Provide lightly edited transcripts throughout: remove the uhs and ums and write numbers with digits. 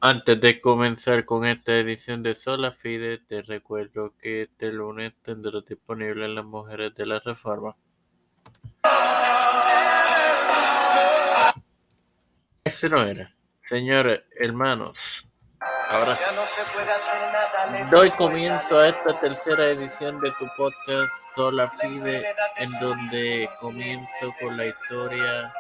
Antes de comenzar con esta edición de Sola Fide, te recuerdo que este lunes tendrás disponible Las Mujeres de la Reforma. Ese no era. Señores, hermanos, ahora sí. Doy comienzo a esta tercera edición de tu podcast Sola Fide, en donde comienzo con la historia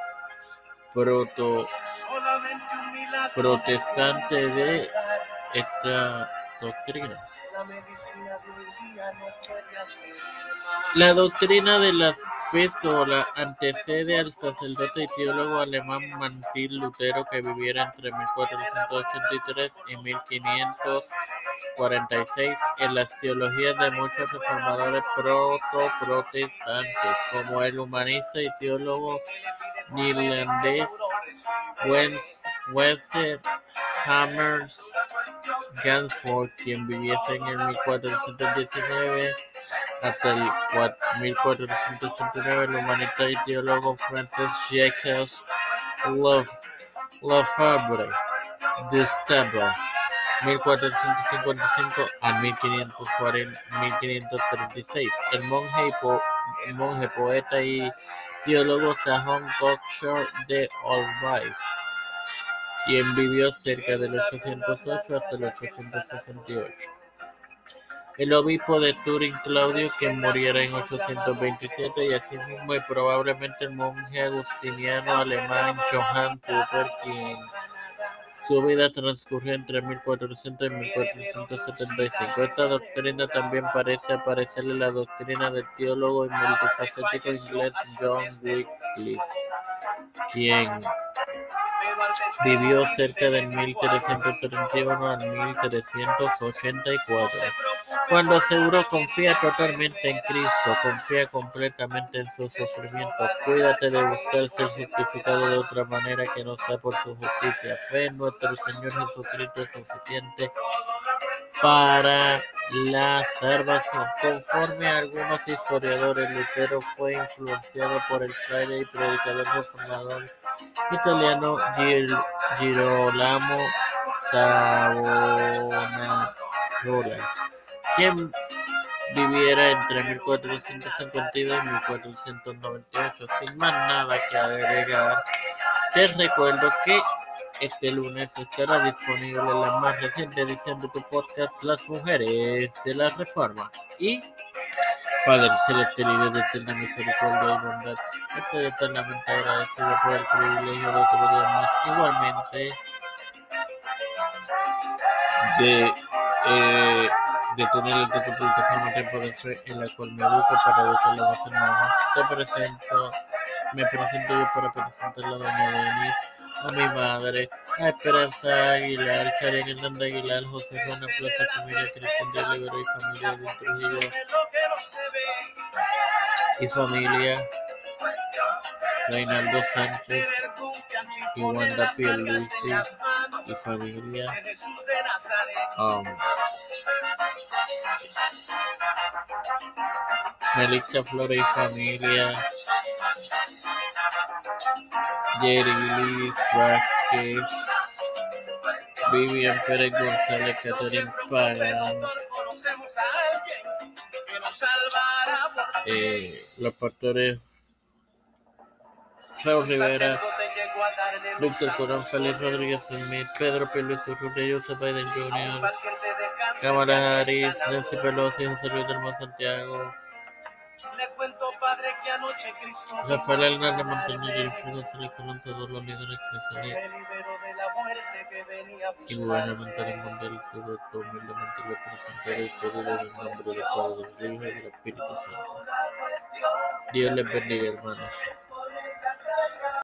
protestante de esta doctrina. La doctrina de la fe sola antecede al sacerdote y teólogo alemán Martín Lutero, que viviera entre 1483 y 1546 en las teologías de muchos reformadores proto-protestantes, como el humanista y teólogo neerlandés Wessel Hammers Gansford, quien viviese en el 1419 hasta el 1489, el humanista y teólogo Francis Jacques Lefebvre d'Estaing, 1455 a 1536, el monje, poeta y teólogo sajón Gottschalk de Olweis, quien vivió cerca del 808 hasta el 868. El obispo de Turín Claudio, quien muriera en 827, y asimismo y probablemente el monje agustiniano alemán Johann Tupper, quien su vida transcurrió entre 1400 y 1475. Esta doctrina también parece aparecerle la doctrina del teólogo y multifacético inglés John Wycliffe, quien vivió cerca del 1331 al 1384. Cuando aseguró: confía totalmente en Cristo, confía completamente en su sufrimiento, cuídate de buscar ser justificado de otra manera que no sea por su justicia. Fe en nuestro Señor Jesucristo es suficiente para la salvación. Conforme a algunos historiadores, Lutero fue influenciado por el fraile y predicador reformador italiano Girolamo Savonarola, quien viviera entre 1452 y 1498. Sin más nada que agregar, te recuerdo que este lunes estará disponible la más reciente edición de tu podcast Las Mujeres de la Reforma. Y Padre celeste, Dios de eterna misericordia y bondad, estoy eternamente agradecido por el privilegio de otro día más, igualmente de tener el tu plataforma Tiempo de Fe, en la cual me educo para educar a los hermanos. Me presento yo para presentar a doña Denise, a mi madre, a Esperanza Aguilar, Karen Hernández Aguilar, José Juana Plaza, familia Cristian de Olivero y familia de Trujillo y familia Reinaldo Sánchez y Wanda Pierluisi y familia Melissa Flores y familia, Yerilis Vázquez, Vivian Pérez González, Catherine Pagan, los pastores Raúl Rivera, Víctor Corón, Félix Rodríguez Smith, Pedro Pérez Urrutia, Joseph Biden Jr., Kamala Harris, Nancy Pelosi, José Luis del Mar Santiago, Rafael Hernández Montaño, Jennifer González Colón, todos los líderes cristianos y gubernamentales mundiales, todo esto humildemente lo presentaré y todo en el nombre del Padre, del Hijo y del Espíritu Santo. Dios les bendiga, hermanos.